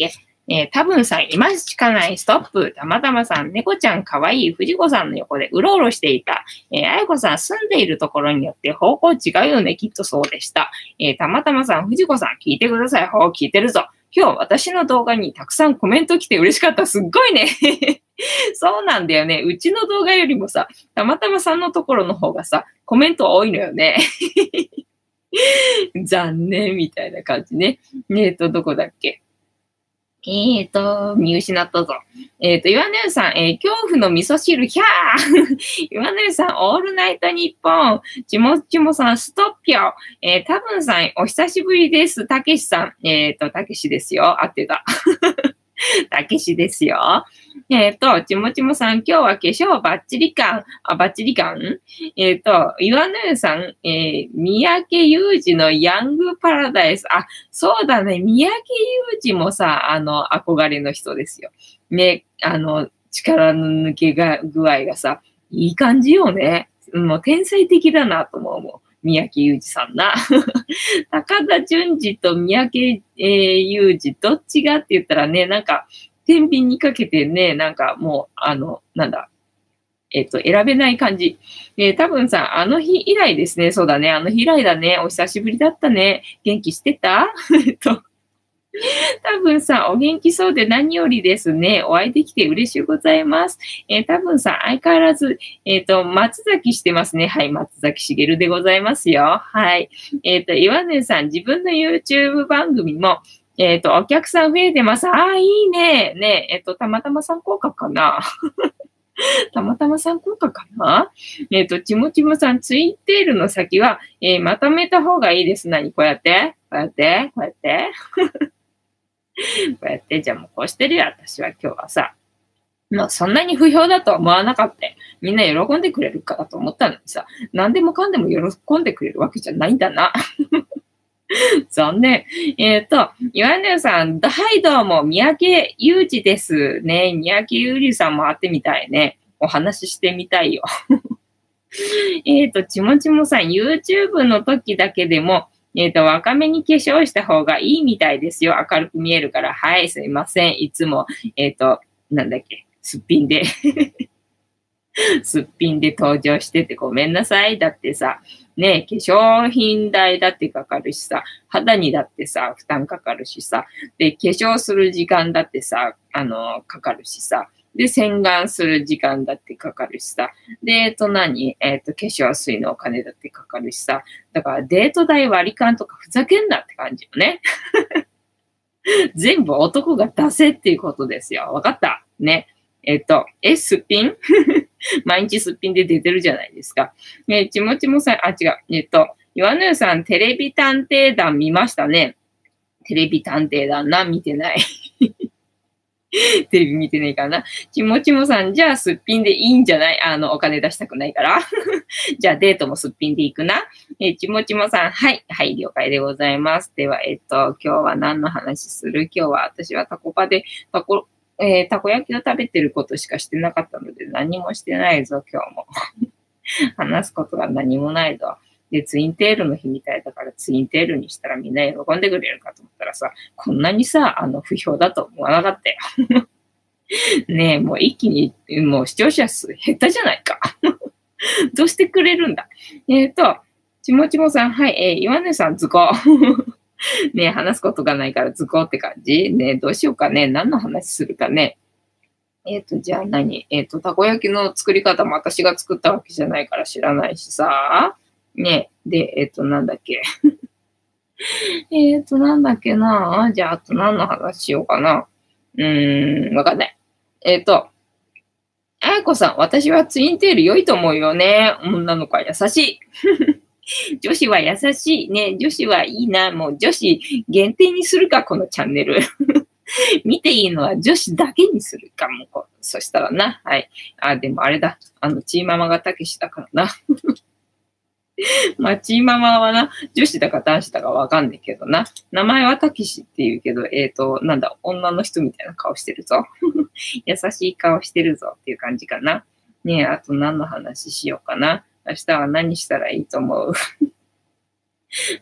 えー、多分さん、今しかないストップ。たまたまさん、猫ちゃんかわいい藤子さんの横でうろうろしていた。えー、あやこさん、住んでいるところによって方向違うよね。きっとそうでした。えー、たまたまさん、藤子さん、聞いてください。ほう、聞いてるぞ。今日、私の動画にたくさんコメント来て嬉しかった。すっごいね。そうなんだよね。うちの動画よりもさ、たまたまさんのところの方がさ、コメント多いのよね。残念みたいな感じね。えっと、どこだっけ。えーと、見失ったぞ。えーと、岩根さん、えー、恐怖の味噌汁、ひゃー岩根さん、オールナイトニッポン。ちもちもさん、ストッピョ。えー、たぶんさん、お久しぶりです。たけしさん。えーと、たけしですよ。合ってた。たけしですよ。えっ、ー、と、ちもちもさん、今日は化粧バッチリ感、あ、バッチリ感えっ、ー、と、岩根さん、えー、三宅裕二のヤングパラダイス。あ、そうだね。三宅裕二もさ、あの、憧れの人ですよ。ね、あの、力の抜けが具合がさ、いい感じよね。もう天才的だなと思うもん。三宅裕二さんな。高田純次と三宅、えー、裕二、どっちがって言ったらね、なんか、天秤にかけてね、なんかもう、あの、なんだ、えっと、選べない感じ。えー、多分さ、あの日以来ですね。そうだね。あの日以来だね。お久しぶりだったね。元気してたえっと、多分さ、お元気そうで何よりですね。お会いできて嬉しいございます。えー、多分さ、相変わらず、えっ、ー、と、松崎してますね。はい、松崎しげるでございますよ。はい。えっ、ー、と、岩根さん、自分の YouTube 番組も、えっ、と、お客さん増えてます。ああ、いいね。ねえ、っ、と、たまたま参考価かな。たまたま参考価かな。えっ、と、ちもちもさん、ツインテールの先は、えー、まとめた方がいいです。何こうやってこうやってこうやってこうやって、じゃあもうこうしてるよ、私は今日はさ。まあそんなに不評だとは思わなかった。みんな喜んでくれるかと思ったのにさ、何でもかんでも喜んでくれるわけじゃないんだな。残念。えっ、ー、と、岩根さん、はいどうも、三宅裕二ですね。三宅裕二さんも会ってみたいね。お話ししてみたいよ。えっと、ちもちもさん、YouTube の時だけでも、えっ、ー、と、若めに化粧した方がいいみたいですよ。明るく見えるから。はい、すいません。いつも、えっ、ー、と、なんだっけ、すっぴんで。すっぴんで登場しててごめんなさい。だってさ、ね、化粧品代だってかかるしさ、肌にだってさ、負担かかるしさ、で、化粧する時間だってさ、あの、かかるしさ、で、洗顔する時間だってかかるしさ、で、えっと何えっと、化粧水のお金だってかかるしさ、だからデート代割り勘とかふざけんなって感じよね。全部男が出せっていうことですよ。わかったね。えっと、え、すっぴん毎日すっぴんで出てるじゃないですか。えー、ちもちもさん、あ、違う。えっと、岩野さん、テレビ探偵団見ましたね。テレビ探偵団な、見てない。テレビ見てないかな。ちもちもさん、じゃあすっぴんでいいんじゃないあの、お金出したくないから。じゃあデートもすっぴんで行くな。えー、ちもちもさん、はい、はい、了解でございます。では、えっと、今日は何の話する今日は私はタコパで、タコ、えー、たこ焼きを食べてることしかしてなかったので何もしてないぞ、今日も。話すことが何もないぞ。で、ツインテールの日みたいだからツインテールにしたらみんな喜んでくれるかと思ったらさ、こんなにさ、あの、不評だと思わなかったよ。ねえ、もう一気に、もう視聴者数減ったじゃないか。どうしてくれるんだ。えっ、ー、と、ちもちもさん、はい、えー、岩根さん、図工。ね、話すことがないから図工って感じね、どうしようかね。何の話するかね。えっ、ー、と、じゃあ何えっ、ー、と、たこ焼きの作り方も私が作ったわけじゃないから知らないしさ。ね、で、えっ、ー、と、なんだっけ。えっと、なんだっけな。じゃあ、あと何の話しようかな。うーん、わかんない。えっ、と、あやこさん、私はツインテール良いと思うよね。女の子は優しい。女子は優しいね。女子はいいな。もう女子限定にするか、このチャンネル。見ていいのは女子だけにするかも。そしたらな。はい。あ、でもあれだ。あの、チーママがたけしだからな。まあ、チーママはな、女子だか男子だかわかんないけどな。名前はたけしって言うけど、えっ、ー、と、なんだ、女の人みたいな顔してるぞ。優しい顔してるぞっていう感じかな。ねえ、あと何の話しようかな。明日は何したらいいと思う明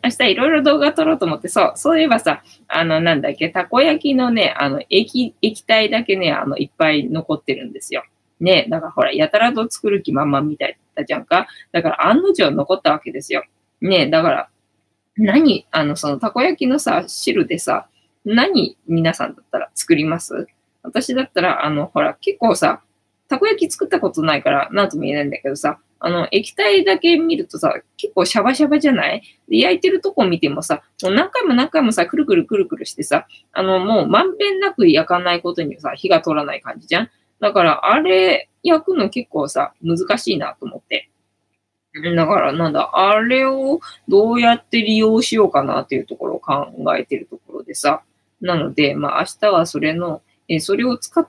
明日いろいろ動画撮ろうと思って、そう、そういえばさ、あの、なんだっけ、たこ焼きのね、あの、液、液体だけね、あの、いっぱい残ってるんですよ。ね、だからほら、やたらと作る気満々みたいだったじゃんか。だから案の定残ったわけですよ。ね、だから、何、あの、そのたこ焼きのさ、汁でさ、何皆さんだったら作ります？私だったら、あの、ほら、結構さ、たこ焼き作ったことないから、なんとも言えないんだけどさ、あの、液体だけ見るとさ、結構シャバシャバじゃない？で、焼いてるとこ見てもさ、もう何回も何回もさ、くるくるくるくるしてさ、あの、もうまんべんなく焼かないことにさ、火が通らない感じじゃん？だから、あれ、焼くの結構さ、難しいなと思って。だから、なんだ、あれをどうやって利用しようかなっていうところを考えてるところでさ。なので、まあ明日はそれの、えーそれを使った、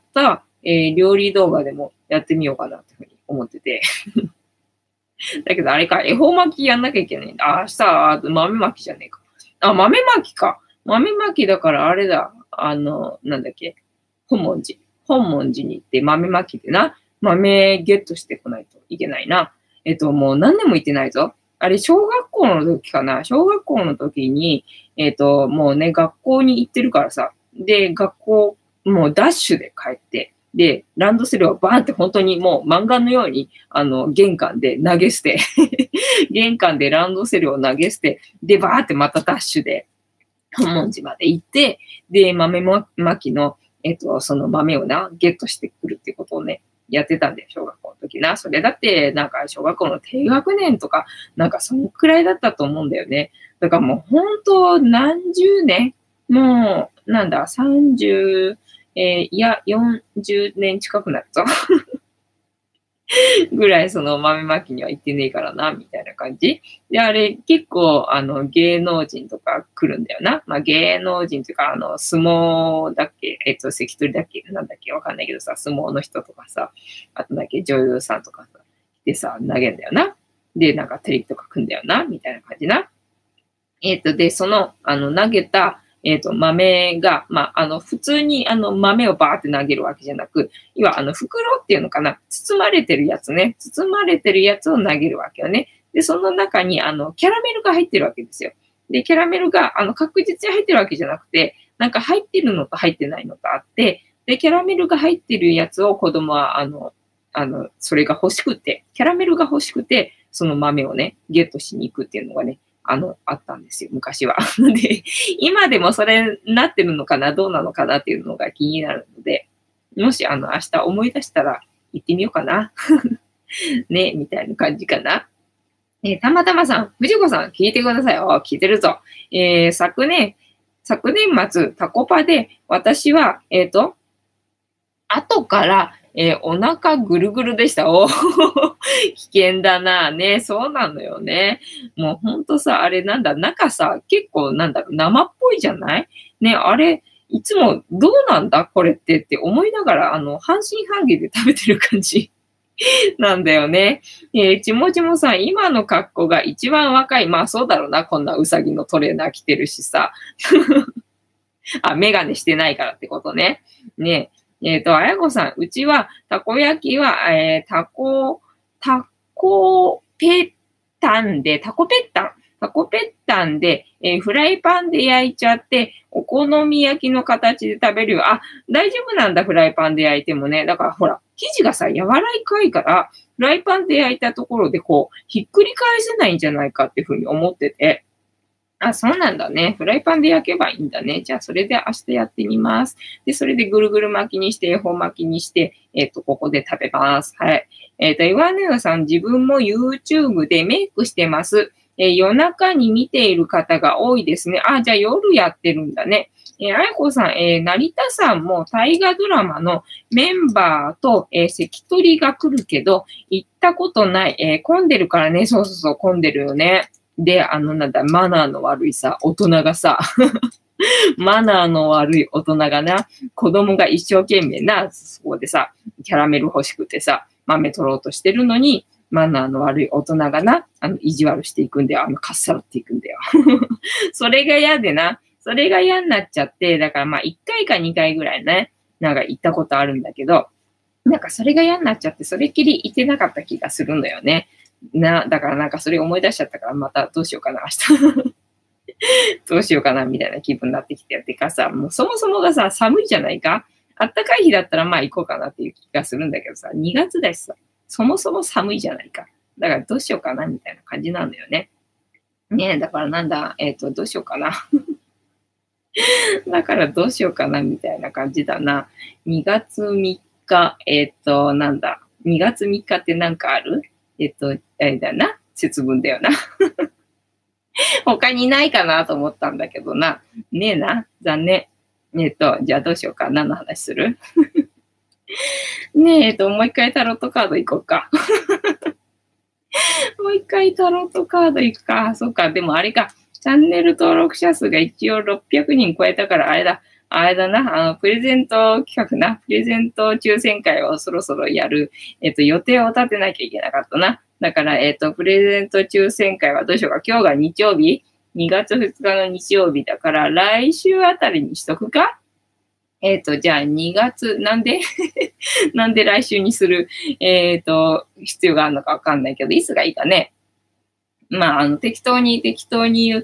えー料理動画でもやってみようかなっていうふうに思ってて。だけどあれか、恵方巻きやんなきゃいけないんだ。あ、明日は豆巻きじゃねえか。あ、豆巻きか。豆巻きだからあれだ。あの、なんだっけ。本門寺。本門寺に行って豆巻きでな、豆ゲットしてこないといけないな。えっと、もう何年も行ってないぞ。あれ、小学校の時かな。小学校の時に、えっと、もうね、学校に行ってるからさ。で、学校、もうダッシュで帰って、で、ランドセルをバーンって本当にもう漫画のように、あの、玄関で投げ捨て、玄関でランドセルを投げ捨て、で、バーってまたダッシュで、本門寺まで行って、で、豆まきの、えっと、その豆をな、ゲットしてくるっていうことをね、やってたんだよ、小学校の時な。それだって、なんか、小学校の低学年とか、なんか、そのくらいだったと思うんだよね。だからもう、本当何十年もう、なんだ、さんじゅう、えーいや、よんじゅうねん近くなるぞ。ぐらいその豆まきには行ってねえからな、みたいな感じ。で、あれ結構あの芸能人とか来るんだよな。まあ芸能人というかあの相撲だっけ、えっと関取だっけ、なんだっけわかんないけどさ、相撲の人とかさ、あとだっけ女優さんとかさ、でさ、投げんだよな。で、なんかテレビとか来んだよな、みたいな感じな。えっと、で、その、あの、投げた、えっと、豆が、まあ、あの、普通に、あの、豆をバーって投げるわけじゃなく、要は、あの、袋っていうのかな、包まれてるやつね、包まれてるやつを投げるわけよね。で、その中に、あの、キャラメルが入ってるわけですよ。で、キャラメルが、あの、確実に入ってるわけじゃなくて、なんか入ってるのと入ってないのとあって、で、キャラメルが入ってるやつを子供は、あの、あの、それが欲しくて、キャラメルが欲しくて、その豆をね、ゲットしに行くっていうのがね、あの、あったんですよ、昔は。で、今でもそれになってるのかな、どうなのかなっていうのが気になるので、もしあの、明日思い出したら行ってみようかな。ね、みたいな感じかな。えーたまたまさん、藤子さん、聞いてください。お聞いてるぞ。えー昨年、昨年末、タコパで、私は、えっと、後から、えーお腹ぐるぐるでした。おー危険だな。ね、そうなのよね。もうほんとさ、あれなんだ、中さ、結構なんだろう、生っぽいじゃないね、あれ、いつもどうなんだこれってって思いながら、あの、半信半疑で食べてる感じなんだよね。えーちもちもさん、今の格好が一番若い。まあそうだろうな。こんなうさぎのトレーナー着てるしさ。あ、メガネしてないからってことね。ねえ。えっ、と、あやこさん、うちは、たこ焼きは、えー、たこ、たこぺったんで、たこぺったん。たこぺったんで、えーフライパンで焼いちゃって、お好み焼きの形で食べるよ。あ、大丈夫なんだ、フライパンで焼いてもね。だからほら、生地がさ、柔らかいから、フライパンで焼いたところで、こう、ひっくり返せないんじゃないかっていうふうに思ってて。あ、そうなんだね。フライパンで焼けばいいんだね。じゃあ、それで明日やってみます。で、それでぐるぐる巻きにして、恵方巻きにして、えっと、ここで食べます。はい。えっと、岩根さん、自分も YouTube でメイクしてます。えー夜中に見ている方が多いですね。あ、じゃあ夜やってるんだね。えー、あやこさん、えー成田さんも大河ドラマのメンバーと、えー関取が来るけど、行ったことない。えー混んでるからね。そうそうそう、混んでるよね。で、あの、なんだ、マナーの悪いさ、大人がさ、マナーの悪い大人がな、子供が一生懸命な、そこでさ、キャラメル欲しくてさ、豆取ろうとしてるのに、マナーの悪い大人がな、あの、意地悪していくんだよ。あの、かっさらっていくんだよ。それが嫌でな、それが嫌になっちゃって、だからまあ、いっかいかにかいぐらいね、なんか行ったことあるんだけど、なんかそれが嫌になっちゃって、それっきり行ってなかった気がするんだよね。な、だからなんかそれ思い出しちゃったから、またどうしようかな、明日。 どうしようかなみたいな気分になってきてやってかさ、もうそもそもがさ、寒いじゃないか。あったかい日だったらまあ行こうかなっていう気がするんだけどさ、にがつだしさ、そもそも寒いじゃないか。だからどうしようかなみたいな感じなんだよね。ねえ、だからなんだ、えっと、どうしようかな。だからどうしようかなみたいな感じだな。にがつみっか、えっと、なんだ、にがつみっかってなんかある？えっと、あれだな。節分だよな。他にないかなと思ったんだけどな。ねえな。残念。えっと、じゃあどうしようか。何の話する？ねえ、えっと、もう一回タロットカードいこうか。もう一回タロットカードいくか。そっか。でもあれか。チャンネル登録者数が一応ろっぴゃくにん超えたから、あれだ。あれだな。あの、プレゼント企画な。プレゼント抽選会をそろそろやる。えっと、予定を立てなきゃいけなかったな。だから、えっと、プレゼント抽選会はどうしようか。今日が日曜日 ?に 月ふつかの日曜日だから、来週あたりにしとくか。えっと、じゃあにがつ、なんでなんで来週にする、えっと、必要があるのかわかんないけど、いつがいいかね。まあ、あの、適当に適当に言って、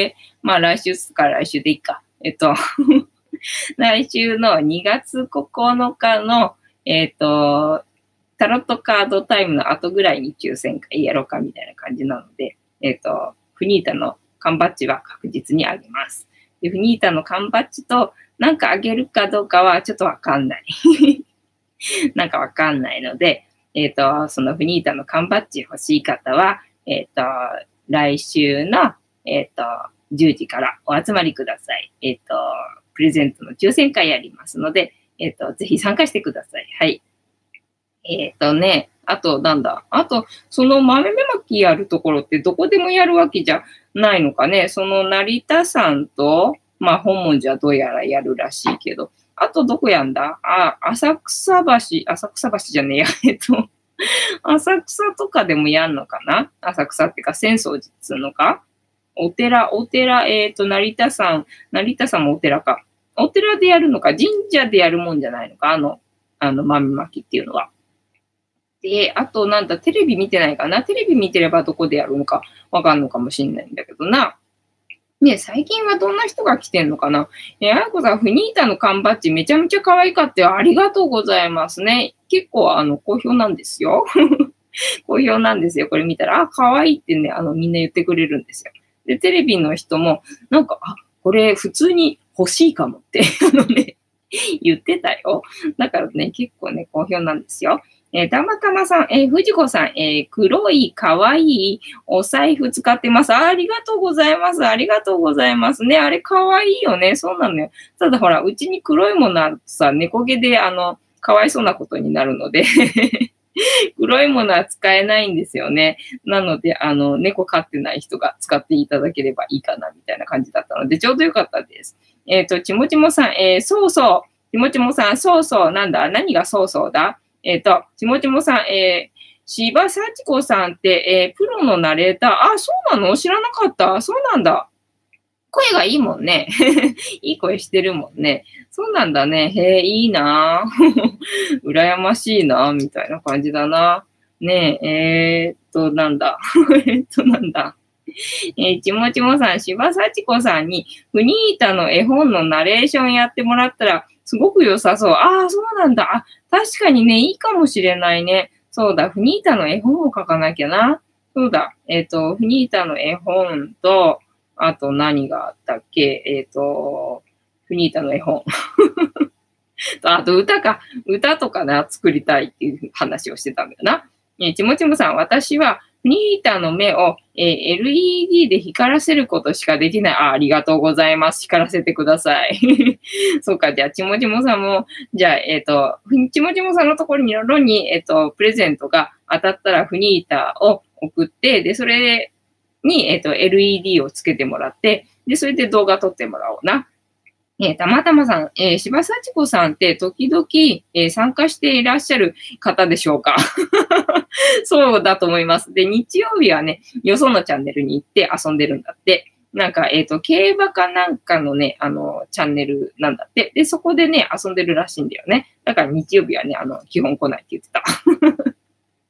まあ、来週から来週でいいか。えっと、来週のにがつここのかの、えっと、タロットカードタイムの後ぐらいに抽選会やろうかみたいな感じなので、えっと、フニータの缶バッジは確実にあげます。で、フニータの缶バッジとなんかあげるかどうかはちょっとわかんない。なんかわかんないので、えっと、そのフニータの缶バッジ欲しい方は、えっと、来週の、えっと、じゅうじからお集まりください。えっと、プレゼントの抽選会やりますので、えっと、ぜひ参加してください。はい。えっとね、あと、なんだ。あと、その豆めまきやるところってどこでもやるわけじゃないのかね。その成田山と、まあ、本文字はどうやらやるらしいけど、あとどこやんだ？あ、浅草橋、浅草橋じゃねえや。えっと、浅草とかでもやんのかな？浅草ってか、浅草寺っつうのか？お寺、お寺、えっと、成田山、成田山もお寺か。お寺でやるのか、神社でやるもんじゃないのか、あの、あの、豆まきっていうのは。で、あとなんだ、テレビ見てないかな？テレビ見てればどこでやるのかわかんのかもしんないんだけどな。ね、最近はどんな人が来てんのかな？え、あやこさん、フニータの缶バッジめちゃめちゃ可愛かったよ。ありがとうございますね。結構、あの、好評なんですよ。好評なんですよ。これ見たら、あ、可愛いってね、あの、みんな言ってくれるんですよ。で、テレビの人も、なんか、あ、これ普通に欲しいかもって、あのね、言ってたよ。だからね、結構ね、好評なんですよ。えーたまたまさん、えー、藤子さん、えー黒い可愛いお財布使ってます。あ。ありがとうございます。ありがとうございますね。あれ可愛いよね。そうなのよ。ただほら、うちに黒いものあるとさ、猫毛で、あの、かわいそうなことになるので黒いものは使えないんですよね。なので、あの、猫飼ってない人が使っていただければいいかな、みたいな感じだったので、ちょうどよかったです。えっと、ちもちもさん、えーそうそう。ちもちもさん、そうそう。なんだ？何がそうそうだ？えっと、ちもちもさん、えー、柴幸子さんって、えープロのナレーター。あ、そうなの？知らなかった。そうなんだ。声がいいもんね。いい声してるもんね。そうなんだね。へえ、いいなぁ。羨ましいなぁ、みたいな感じだな。ねえ、えー、っと、なんだ。えっと、なんだ。えーちもちもさん、柴幸子さんに、フニータの絵本のナレーションやってもらったら、すごく良さそう。ああ、そうなんだ。あ、確かにね、いいかもしれないね。そうだ、フニータの絵本を書かなきゃな。そうだ、えっと、フニータの絵本と、あと何があったっけ？えっと、フニータの絵本。あと歌か。歌とかな、作りたいっていう話をしてたんだよな。えーちもちもさん、私は、フニータの目を、えー エルイーディー で光らせることしかできない。あ、ありがとうございます。光らせてください。そうか、じゃあ、ちもちもさんも、じゃあ、えっ、と、ちもちもさんのところに、に、えっ、と、プレゼントが当たったら、フニータを送って、で、それに、えっ、と、エルイーディー をつけてもらって、で、それで動画撮ってもらおうな。えーたまたまさん、えー、柴幸子さんって時々、えー参加していらっしゃる方でしょうか？そうだと思います。で、日曜日はね、よそのチャンネルに行って遊んでるんだって。なんか、えっ、と、競馬かなんかのね、あの、チャンネルなんだって。で、そこでね、遊んでるらしいんだよね。だから日曜日はね、あの、基本来ないって言ってた。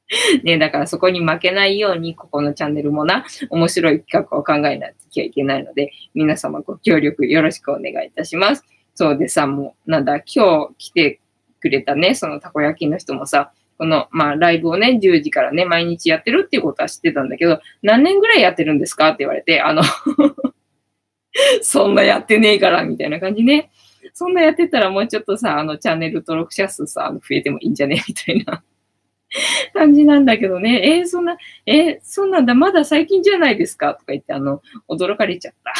ね、だからそこに負けないように、ここのチャンネルもな、面白い企画を考えなきゃいけないので、皆様ご協力よろしくお願いいたします。そうでさ、もう、なんだ、今日来てくれたね、そのたこ焼きの人もさ、この、まあ、ライブをね、じゅうじからね、毎日やってるっていうことは知ってたんだけど、何年ぐらいやってるんですかって言われて、あのそんなやってねえから、みたいな感じね。そんなやってたらもうちょっとさ、あの、チャンネル登録者数さ、あの増えてもいいんじゃねみたいな感じなんだけどね。えー、そんな、えー、そんなんだ、まだ最近じゃないですかとか言って、あの、驚かれちゃった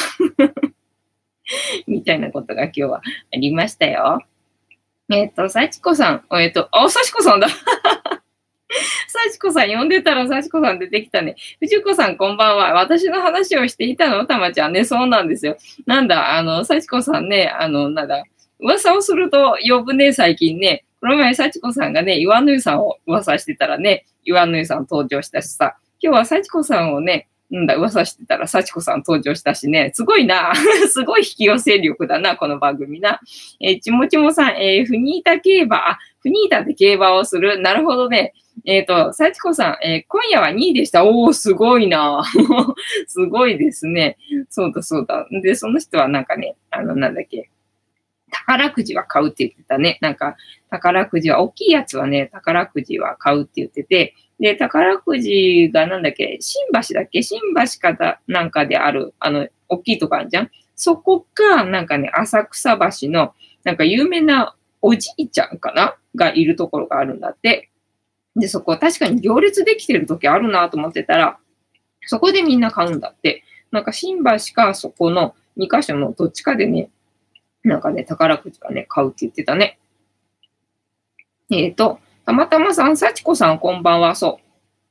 みたいなことが今日はありましたよ。えっ、ー、と、幸子さん、えっ、ー、と、あ、幸子さんだ幸子さん呼んでたら幸子さん出てきたね。藤子さんこんばんは。私の話をしていたのたまちゃんね。そうなんですよ。なんだ、あの、幸子さんね、あの、なんだ、噂をすると呼ぶね、最近ね。この前幸子さんがね、岩野湯さんを噂してたらね、岩野湯さん登場したしさ。今日は幸子さんをね、なんだ、噂してたら幸子さん登場したしね。すごいな。すごい引き寄せ力だな、この番組な。えー、ちもちもさん、えー、フニータ競馬、あ、フニータで競馬をする。なるほどね。えっ、ー、と、幸子さん、えー、今夜はにいでした。おー、すごいなすごいですね。そうだ、そうだ。で、その人はなんかね、あの、なんだっけ、宝くじは買うって言ってたね。なんか、宝くじは、大きいやつはね、宝くじは買うって言ってて、で、宝くじがなんだっけ、新橋だっけ新橋かだ、なんかである、あの、大きいとこあるじゃん。そこか、なんかね、浅草橋の、なんか有名なおじいちゃんかながいるところがあるんだって。で、そこ確かに行列できてる時あるなと思ってたら、そこでみんな買うんだって。なんか新橋かそこのにかしょのどっちかでね、なんかね、宝くじがね、買うって言ってたね。えっ、ー、と、たまたまさん、幸子さんこんばんは。そう。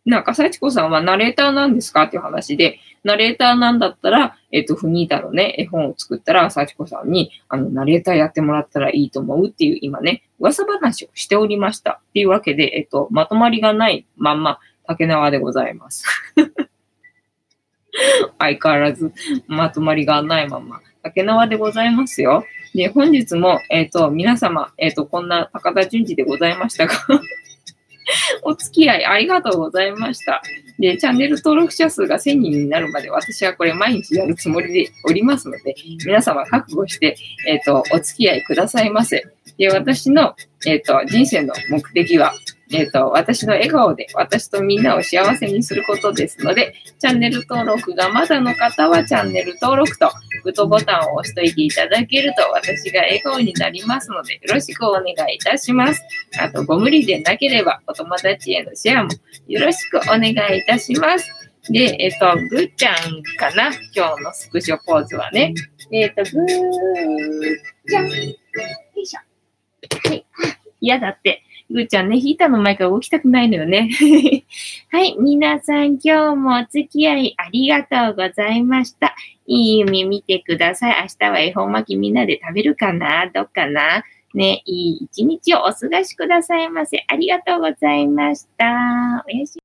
なんか幸子さんはナレーターなんですかっていう話で、ナレーターなんだったら、えっ、ー、と、フニータのね、絵本を作ったら、幸子さんに、あの、ナレーターやってもらったらいいと思うっていう、今ね、噂話をしておりました。っていうわけで、えっ、ー、と、まとまりがないまんま、竹縄でございます。相変わらず、まとまりがないまま、竹縄でございますよ。で、本日も、えっ、ー、と、皆様、えっ、ー、と、こんな高田純次でございましたが、お付き合いありがとうございました。で、チャンネル登録者数がせんにんになるまで私はこれ毎日やるつもりでおりますので、皆様覚悟して、えっ、ー、と、お付き合いくださいませ。で、私の、えっ、ー、と、人生の目的は、えっ、ー、と、私の笑顔で私とみんなを幸せにすることですので、チャンネル登録がまだの方はチャンネル登録とグッドボタンを押しといていただけると私が笑顔になりますので、よろしくお願いいたします。あと、ご無理でなければお友達へのシェアもよろしくお願いいたします。で、えっ、と、ぐーちゃんかな今日のスクショポーズはね。えっ、と、ぐーちゃん。よいしょ。はい。嫌だって。ぐーちゃんね、ヒーターの前から動きたくないのよね。はい。皆さん、今日もお付き合いありがとうございました。いい夢見てください。明日は恵方巻きみんなで食べるかなどっかなね、いい一日をお過ごしくださいませ。ありがとうございました。おやすみ。